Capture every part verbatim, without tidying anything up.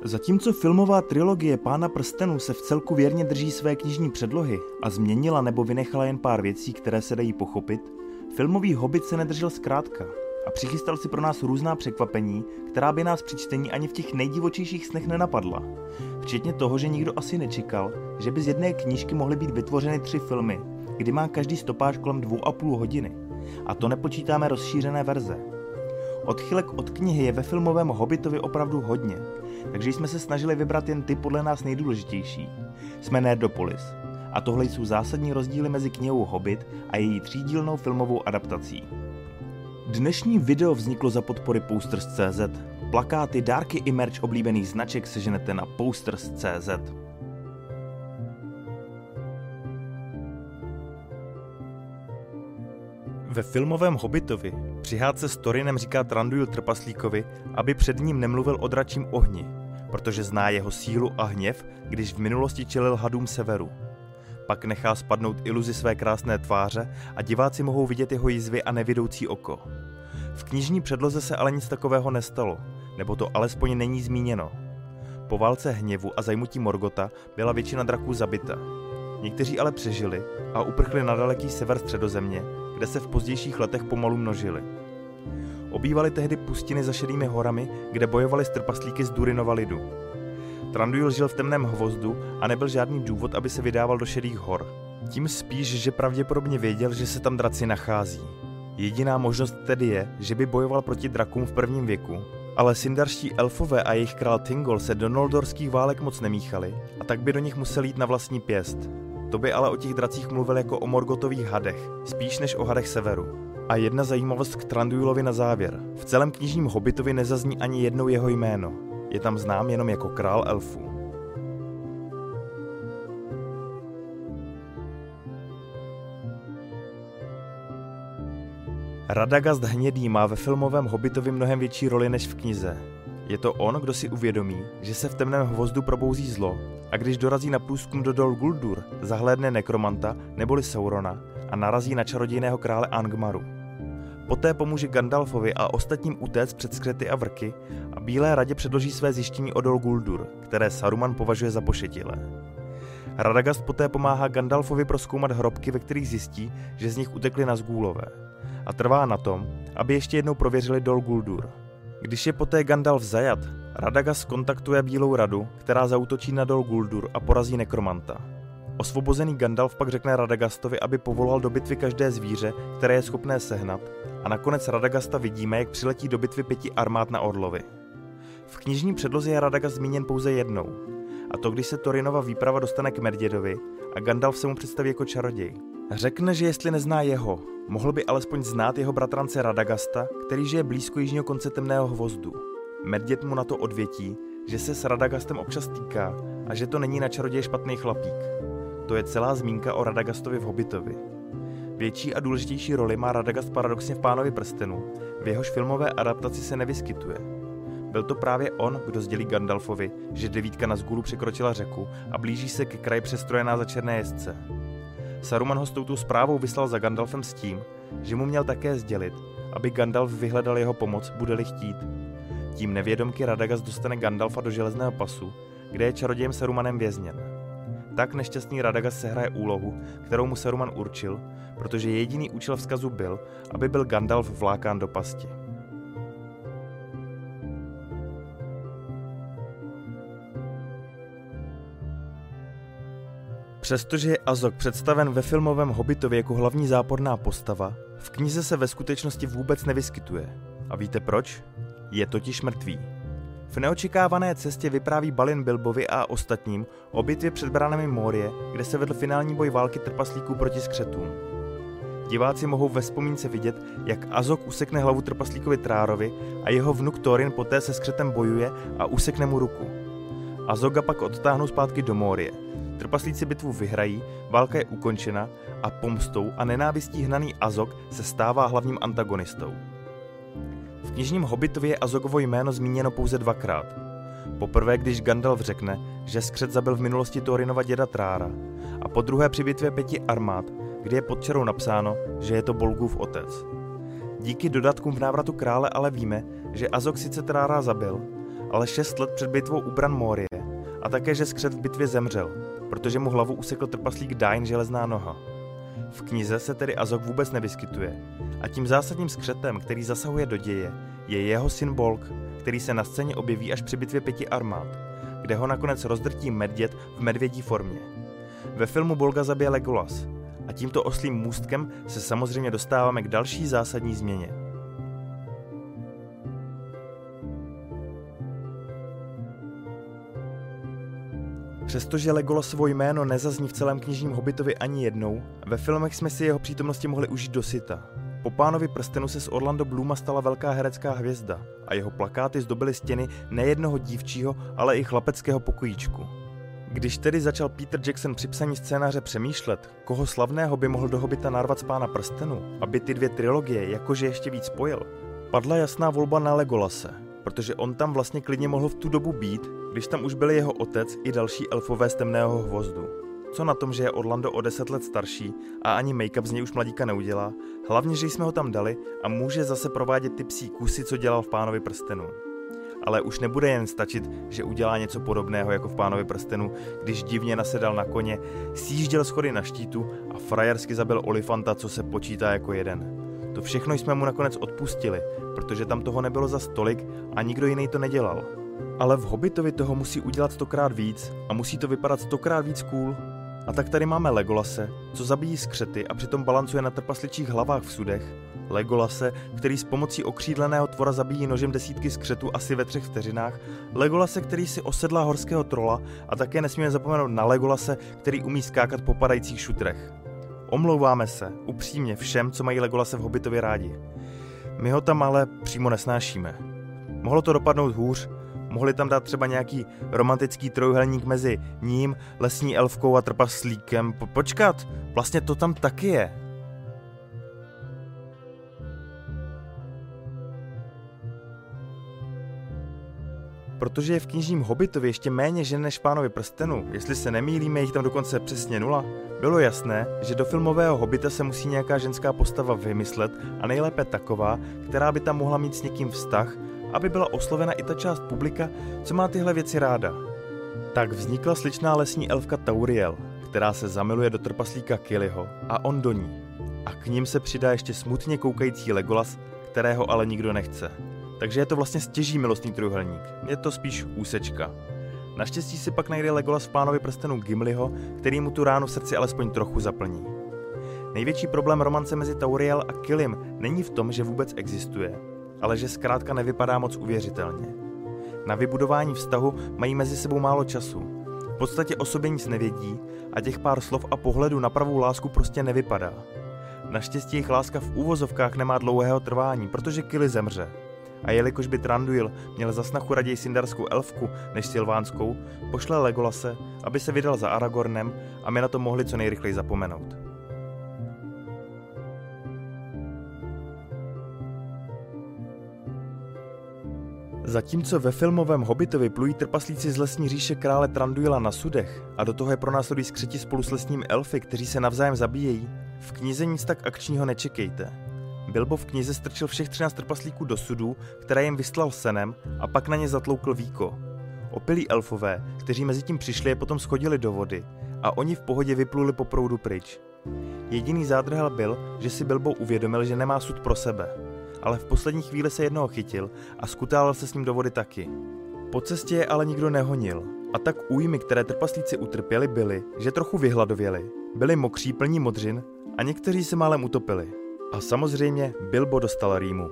Zatímco filmová trilogie Pána prstenů se v celku věrně drží své knižní předlohy a změnila nebo vynechala jen pár věcí, které se dají pochopit, filmový Hobbit se nedržel zkrátka a přichystal si pro nás různá překvapení, která by nás při čtení ani v těch nejdivočejších snech nenapadla. Včetně toho, že nikdo asi nečekal, že by z jedné knížky mohly být vytvořeny tři filmy, kdy má každý stopáž kolem dvou a půl hodiny. A to nepočítáme rozšířené verze. Odchylek od knihy je ve filmovém Hobbitovi opravdu hodně, takže jsme se snažili vybrat jen ty podle nás nejdůležitější. Jsme Nerdopolis a tohle jsou zásadní rozdíly mezi knihou Hobbit a její třídílnou filmovou adaptací. Dnešní video vzniklo za podpory Posters tečka cé zet. Plakáty, dárky i merch oblíbených značek seženete na Posters tečka cé zet. Ve filmovém Hobbitovi při hádce s Thorinem říká Thranduil trpaslíkovi, aby před ním nemluvil o dračím ohni, protože zná jeho sílu a hněv, když v minulosti čelil hadům severu. Pak nechá spadnout iluzi své krásné tváře a diváci mohou vidět jeho jizvy a nevidoucí oko. V knižní předloze se ale nic takového nestalo, nebo to alespoň není zmíněno. Po válce hněvu a zajmutí Morgota byla většina draků zabita. Někteří ale přežili a uprchli na daleký sever Středozemě, kde se v pozdějších letech pomalu množili. Obývali tehdy pustiny za šedými horami, kde bojovali s trpaslíky z Durinova lidu. Thranduil žil v temném hvozdu a nebyl žádný důvod, aby se vydával do šedých hor. Tím spíš, že pravděpodobně věděl, že se tam draci nachází. Jediná možnost tedy je, že by bojoval proti drakům v prvním věku, ale sindarští elfové a jejich král Thingol se do noldorských válek moc nemíchali a tak by do nich musel jít na vlastní pěst. To by ale o těch dracích mluvil jako o Morgotových hadech, spíš než o hadech severu. A jedna zajímavost k Thranduilovi na závěr. V celém knižním Hobbitovi nezazní ani jednou jeho jméno. Je tam znám jenom jako král elfů. Radagast hnědý má ve filmovém Hobbitovi mnohem větší roli než v knize. Je to on, kdo si uvědomí, že se v temném hvozdu probouzí zlo a když dorazí na průzkum do Dol Guldur, zahlédne nekromanta neboli Saurona a narazí na čarodějného krále Angmaru. Poté pomůže Gandalfovi a ostatním utéct před skřety a vrky a Bílé radě předloží své zjištění o Dol Guldur, které Saruman považuje za pošetilé. Radagast poté pomáhá Gandalfovi prozkoumat hrobky, ve kterých zjistí, že z nich utekli Nazgûlové a trvá na tom, aby ještě jednou prověřili Dol Guldur. Když je poté Gandalf zajat, Radagast kontaktuje Bílou radu, která zaútočí na Dol Guldur a porazí nekromanta. Osvobozený Gandalf pak řekne Radagastovi, aby povolal do bitvy každé zvíře, které je schopné sehnat, a nakonec Radagasta vidíme, jak přiletí do bitvy pěti armád na orlovi. V knižní předloze je Radagast zmíněn pouze jednou, a to když se Thorinova výprava dostane k Medvědovi a Gandalf se mu představí jako čaroděj. Řekne, že jestli nezná jeho, mohl by alespoň znát jeho bratrance Radagasta, který žije blízko jižního konce temného hvozdu. Medvěd mu na to odvětí, že se s Radagastem občas týká a že to není na čaroděje špatný chlapík. To je celá zmínka o Radagastovi v Hobbitovi. Větší a důležitější roli má Radagast paradoxně v Pánovi prstenů, v jehož filmové adaptaci se nevyskytuje. Byl to právě on, kdo sdělí Gandalfovi, že devítka Nazgûlů překročila řeku a blíží se ke kraji přestrojená za černé jezdce. Saruman ho s touto zprávou vyslal za Gandalfem s tím, že mu měl také sdělit, aby Gandalf vyhledal jeho pomoc, bude-li chtít. Tím nevědomky Radagast dostane Gandalfa do železného pasu, kde je čarodějem Sarumanem vězněn. Tak nešťastný Radagast sehraje úlohu, kterou mu Saruman určil, protože jediný účel vzkazu byl, aby byl Gandalf vlákán do pasti. Přestože je Azog představen ve filmovém Hobbitovi jako hlavní záporná postava, v knize se ve skutečnosti vůbec nevyskytuje. A víte proč? Je totiž mrtvý. V neočekávané cestě vypráví Balin Bilbovi a ostatním o bitvě před bránami Morie, kde se vedl finální boj války trpaslíků proti skřetům. Diváci mohou ve vzpomínce vidět, jak Azog usekne hlavu trpaslíkovi Trárovi a jeho vnuk Thorin poté se skřetem bojuje a usekne mu ruku. Azoga pak odtáhnou zpátky do Morie. Trpaslíci bitvu vyhrají, válka je ukončena a pomstou a nenávistí hnaný Azog se stává hlavním antagonistou. V knižním Hobbitovi je Azogovo jméno zmíněno pouze dvakrát. Poprvé, když Gandalf řekne, že skřet zabil v minulosti Thorinova děda Trára, a po druhé při bitvě pěti armád, kde je pod čarou napsáno, že je to Bolgův otec. Díky dodatkům v návratu krále ale víme, že Azog sice Trára zabil, ale šest let před bitvou u Bran Morie a také, že skřet v bitvě zemřel, protože mu hlavu usekl trpaslík Dain železná noha. V knize se tedy Azog vůbec nevyskytuje a tím zásadním skřetem, který zasahuje do děje, je jeho syn Bolg, který se na scéně objeví až při bitvě pěti armád, kde ho nakonec rozdrtí medvěd v medvědí formě. Ve filmu Bolga zabije Legolas a tímto oslím můstkem se samozřejmě dostáváme k další zásadní změně. Přestože Legolasovo jméno nezazní v celém knižním Hobbitovi ani jednou, ve filmech jsme si jeho přítomnosti mohli užít dosyta. Po Pánovi prstenu se z Orlando Blooma stala velká herecká hvězda a jeho plakáty zdobily stěny nejednoho dívčího, ale i chlapeckého pokojíčku. Když tedy začal Peter Jackson při psaní scénáře přemýšlet, koho slavného by mohl do Hobbita narvat z Pána prstenu, aby ty dvě trilogie jakože ještě víc spojil, padla jasná volba na Legolase, protože on tam vlastně klidně mohl v tu dobu být, když tam už byli jeho otec i další elfové z Temného hvozdu. Co na tom, že je Orlando o deset let starší a ani make-up z něj už mladíka neudělá, hlavně, že jsme ho tam dali a může zase provádět ty psí kusy, co dělal v Pánovi prstenu. Ale už nebude jen stačit, že udělá něco podobného jako v Pánovi prstenu, když divně nasedal na koně, sjížděl schody na štítu a frajersky zabil olifanta, co se počítá jako jeden. To všechno jsme mu nakonec odpustili, protože tam toho nebylo za stolik a nikdo jiný to nedělal. Ale v Hobbitovi toho musí udělat stokrát víc a musí to vypadat stokrát víc cool. A tak tady máme Legolase, co zabíjí skřety a přitom balancuje na trpasličích hlavách v sudech. Legolase, který s pomocí okřídleného tvora zabíjí nožem desítky skřetů asi ve třech vteřinách. Legolase, který si osedlá horského trola a také nesmíme zapomenout na Legolase, který umí skákat po padajících šutrech. Omlouváme se, upřímně všem, co mají Legolase v Hobbitově rádi. My ho tam ale přímo nesnášíme. Mohlo to dopadnout hůř, mohli tam dát třeba nějaký romantický trojúhelník mezi ním, lesní elfkou a trpaslíkem. Po- počkat, vlastně to tam taky je. Protože je v knižním Hobbitovi ještě méně žen než v Pánovi prstenu, jestli se nemýlíme, jich tam dokonce přesně nula, bylo jasné, že do filmového Hobbita se musí nějaká ženská postava vymyslet a nejlépe taková, která by tam mohla mít s někým vztah, aby byla oslovena i ta část publika, co má tyhle věci ráda. Tak vznikla sličná lesní elfka Tauriel, která se zamiluje do trpaslíka Kiliho a on do ní. A k ním se přidá ještě smutně koukající Legolas, kterého ale nikdo nechce. Takže je to vlastně stěží milostný trojúhelník, je to spíš úsečka. Naštěstí si pak najde Legolas v Pánovi prstenu Gimliho, který mu tu ránu v srdci alespoň trochu zaplní. Největší problém romance mezi Tauriel a Kilim není v tom, že vůbec existuje, ale že zkrátka nevypadá moc uvěřitelně. Na vybudování vztahu mají mezi sebou málo času. V podstatě o sobě nic nevědí a těch pár slov a pohledu na pravou lásku prostě nevypadá. Naštěstí jejich láska v úvozovkách nemá dlouhého trvání, protože Kili zemře. A jelikož by Thranduil měl za snachu raději sindarskou elfku než silvánskou, pošle Legolase, aby se vydal za Aragornem a my na to mohli co nejrychleji zapomenout. Zatímco ve filmovém Hobbitovi plují trpaslíci z lesní říše krále Thranduila na sudech a do toho je pronásledují skřeti spolu s lesními elfy, kteří se navzájem zabíjejí, v knize nic tak akčního nečekejte. Bilbo v knize strčil všech třináct trpaslíků do sudů, které jim vyslal senem a pak na ně zatloukl víko. Opilí elfové, kteří mezi tím přišli, je potom schodili do vody a oni v pohodě vypluli po proudu pryč. Jediný zádrhel byl, že si Bilbo uvědomil, že nemá sud pro sebe, ale v poslední chvíli se jednoho chytil a skutálel se s ním do vody taky. Po cestě je ale nikdo nehonil a tak újmy, které trpaslíci utrpěli, byly, že trochu vyhladověli, byli mokří plní modřin a někteří se málem utopili. A samozřejmě Bilbo dostal rýmu.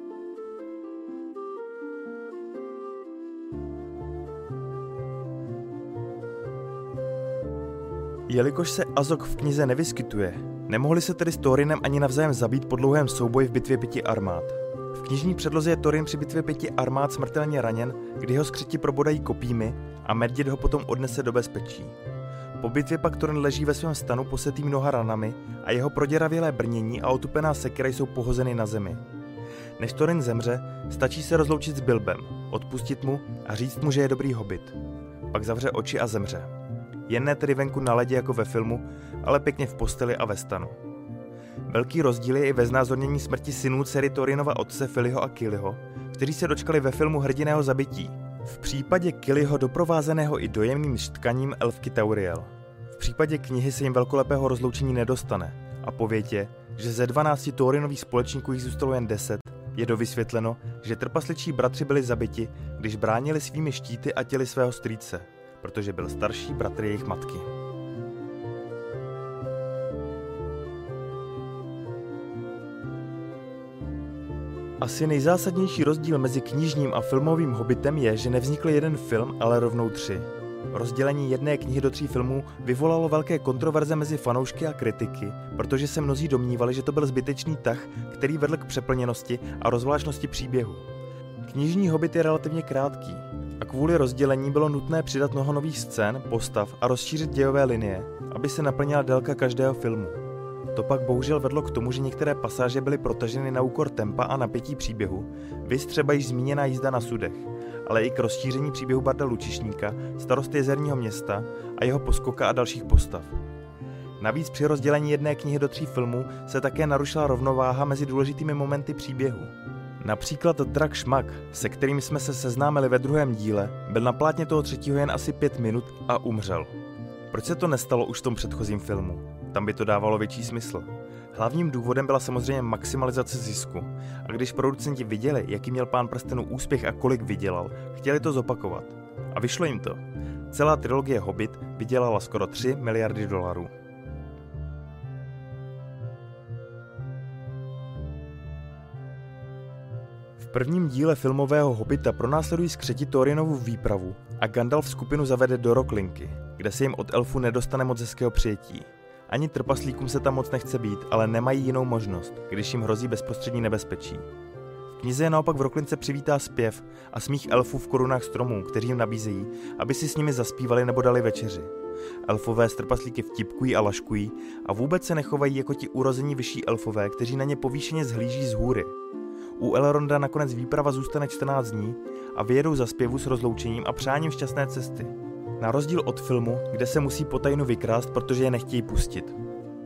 Jelikož se Azog v knize nevyskytuje, nemohli se tedy s Thorinem ani navzájem zabít po dlouhém souboji v bitvě pěti armád. V knižní předloze je Thorin při bitvě pěti armád smrtelně raněn, kdy ho skřeti probodají kopími a medvěd ho potom odnese do bezpečí. Po bitvě pak Thorin leží ve svém stanu posetý mnoha ranami a jeho proděravělé brnění a otupená sekera jsou pohozeny na zemi. Než Thorin zemře, stačí se rozloučit s Bilbem, odpustit mu a říct mu, že je dobrý hobbit. Pak zavře oči a zemře. Jen ne tedy venku na ledě jako ve filmu, ale pěkně v posteli a ve stanu. Velký rozdíl je i ve znázornění smrti synů dcery Thorinova otce Filiho a Kiliho, kteří se dočkali ve filmu hrdiného zabití. V případě Killyho doprovázeného i dojemným štkaním elfky Tauriel. V případě knihy se jim velkolepého rozloučení nedostane a po větě, že ze dvanácti Thorinových společníků jich zůstalo jen deset, je dovysvětleno, že trpasličí bratři byli zabiti, když bránili svými štíty a těli svého strýce, protože byl starší bratr jejich matky. Asi nejzásadnější rozdíl mezi knižním a filmovým Hobbitem je, že nevznikl jeden film, ale rovnou tři. Rozdělení jedné knihy do tří filmů vyvolalo velké kontroverze mezi fanoušky a kritiky, protože se mnozí domnívali, že to byl zbytečný tah, který vedl k přeplněnosti a rozvláštnosti příběhu. Knižní Hobbit je relativně krátký a kvůli rozdělení bylo nutné přidat mnoho nových scén, postav a rozšířit dějové linie, aby se naplnila délka každého filmu. To pak bohužel vedlo k tomu, že některé pasáže byly protaženy na úkor tempa a napětí příběhu, viz třeba již zmíněná jízda na sudech, ale i k rozšíření příběhu Barda Lučišníka, starosty Jezerního Města a jeho poskoka a dalších postav. Navíc při rozdělení jedné knihy do tří filmů se také narušila rovnováha mezi důležitými momenty příběhu. Například drak Šmak, se kterým jsme se seznámili ve druhém díle, byl na plátně toho třetího jen asi pět minut a umřel. Proč se to nestalo už v tom předchozím filmu? Tam by to dávalo větší smysl. Hlavním důvodem byla samozřejmě maximalizace zisku. A když producenti viděli, jaký měl Pán prstenů úspěch a kolik vydělal, chtěli to zopakovat. A vyšlo jim to. Celá trilogie Hobbit vydělala skoro tři miliardy dolarů. V prvním díle filmového Hobbita pronásledují skřeti Thorinovu výpravu a Gandalf skupinu zavede do Rocklinky, kde se jim od elfů nedostane moc hezkého přijetí. Ani trpaslíkům se tam moc nechce být, ale nemají jinou možnost, když jim hrozí bezprostřední nebezpečí. V knize je naopak v Rocklince přivítá zpěv a smích elfů v korunách stromů, kteří jim nabízejí, aby si s nimi zaspívali nebo dali večeři. Elfové s trpaslíky vtipkují a laškují a vůbec se nechovají jako ti urození vyšší elfové, kteří na ně povýšeně zhlíží z hůry. U Elronda nakonec výprava zůstane čtrnáct dní a vyjedou za zpěvu s rozloučením a přáním šťastné cesty. Na rozdíl od filmu, kde se musí po tajnu vykrást, protože je nechtějí pustit.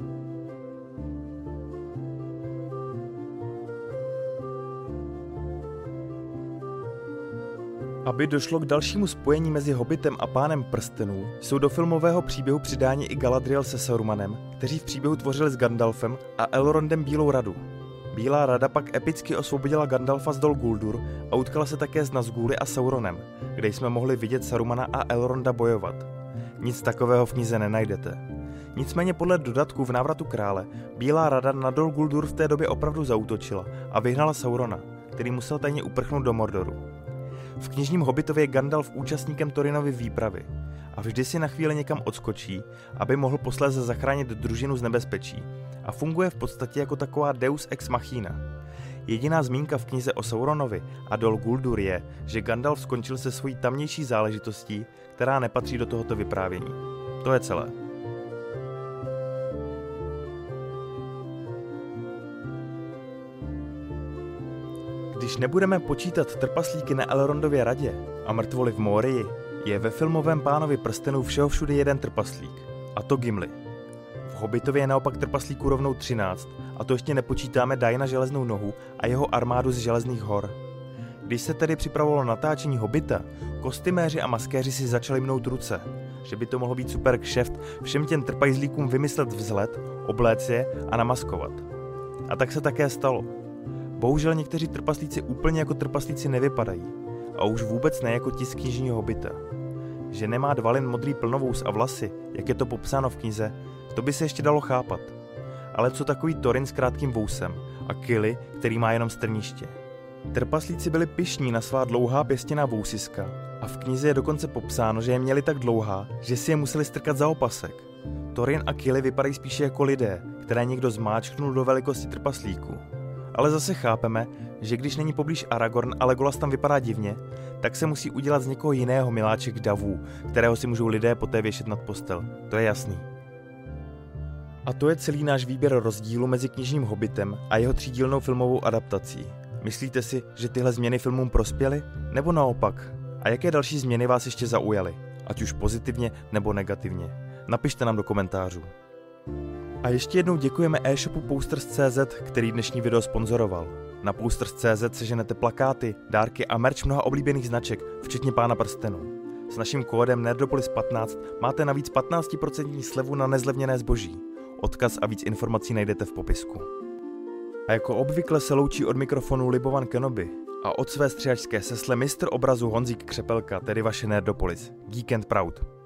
Aby došlo k dalšímu spojení mezi Hobbitem a Pánem prstenů, jsou do filmového příběhu přidáni i Galadriel se Sarumanem, kteří v příběhu tvořili s Gandalfem a Elrondem Bílou radu. Bílá rada pak epicky osvobodila Gandalfa z Dol Guldur a utkala se také s Nazgûly a Sauronem, kde jsme mohli vidět Sarumana a Elronda bojovat. Nic takového v knize nenajdete. Nicméně podle dodatků v Návratu krále Bílá rada na Dol Guldur v té době opravdu zaútočila a vyhnala Saurona, který musel tajně uprchnout do Mordoru. V knižním Hobbitově je Gandalf účastníkem Thorinovy výpravy a vždy si na chvíli někam odskočí, aby mohl posléze zachránit družinu z nebezpečí a funguje v podstatě jako taková deus ex machina. Jediná zmínka v knize o Sauronovi a Dol Guldur je, že Gandalf skončil se svojí tamnější záležitostí, která nepatří do tohoto vyprávění. To je celé. Když nebudeme počítat trpaslíky na Elrondově radě a mrtvoly v Morii, je ve filmovém Pánovi prstenů všeho všude jeden trpaslík, a to Gimli. V Hobbitově je naopak trpaslíků rovnou třináct, a to ještě nepočítáme Daina železnou nohu a jeho armádu z železných hor. Když se tedy připravovalo natáčení Hobbita, kostýméři a maskéři si začali mnout ruce, že by to mohlo být super kšeft všem těm trpajzlíkům vymyslet vzhled, obléct je a namaskovat. A tak se také stalo. Bohužel někteří trpaslíci úplně jako trpaslíci nevypadají, a už vůbec ne jako ti z knižního Hobbita. Že nemá dvalin modrý plnovous a vlasy, jak je to popsáno v knize, to by se ještě dalo chápat. Ale co takový Thorin s krátkým vousem a Kili, který má jenom strniště? Trpaslíci byli pyšní na svá dlouhá pěstěná vousiska a v knize je dokonce popsáno, že je měli tak dlouhá, že si je museli strkat za opasek. Thorin a Kili vypadají spíše jako lidé, které někdo zmáčknul do velikosti trpaslíků. Ale zase chápeme, že když není poblíž Aragorn a Legolas tam vypadá divně, tak se musí udělat z někoho jiného miláček davů, kterého si můžou lidé poté věšet nad postel. To je jasný. A to je celý náš výběr rozdílu mezi knižním Hobbitem a jeho třídílnou filmovou adaptací. Myslíte si, že tyhle změny filmům prospěly? Nebo naopak? A jaké další změny vás ještě zaujaly? Ať už pozitivně nebo negativně. Napište nám do komentářů. A ještě jednou děkujeme e-shopu Posters tečka cé zet, který dnešní video sponzoroval. Na Posters tečka cé zet seženete plakáty, dárky a merch mnoha oblíbených značek, včetně Pána prstenů. S naším kódem Nerdopolis patnáct máte navíc patnáct procent slevu na nezlevněné zboží. Odkaz a víc informací najdete v popisku. A jako obvykle se loučí od mikrofonu Libovan Kenobi a od své střihačské sesle mistr obrazu Honzík Křepelka, tedy vaše Nerdopolis. Geek and Proud.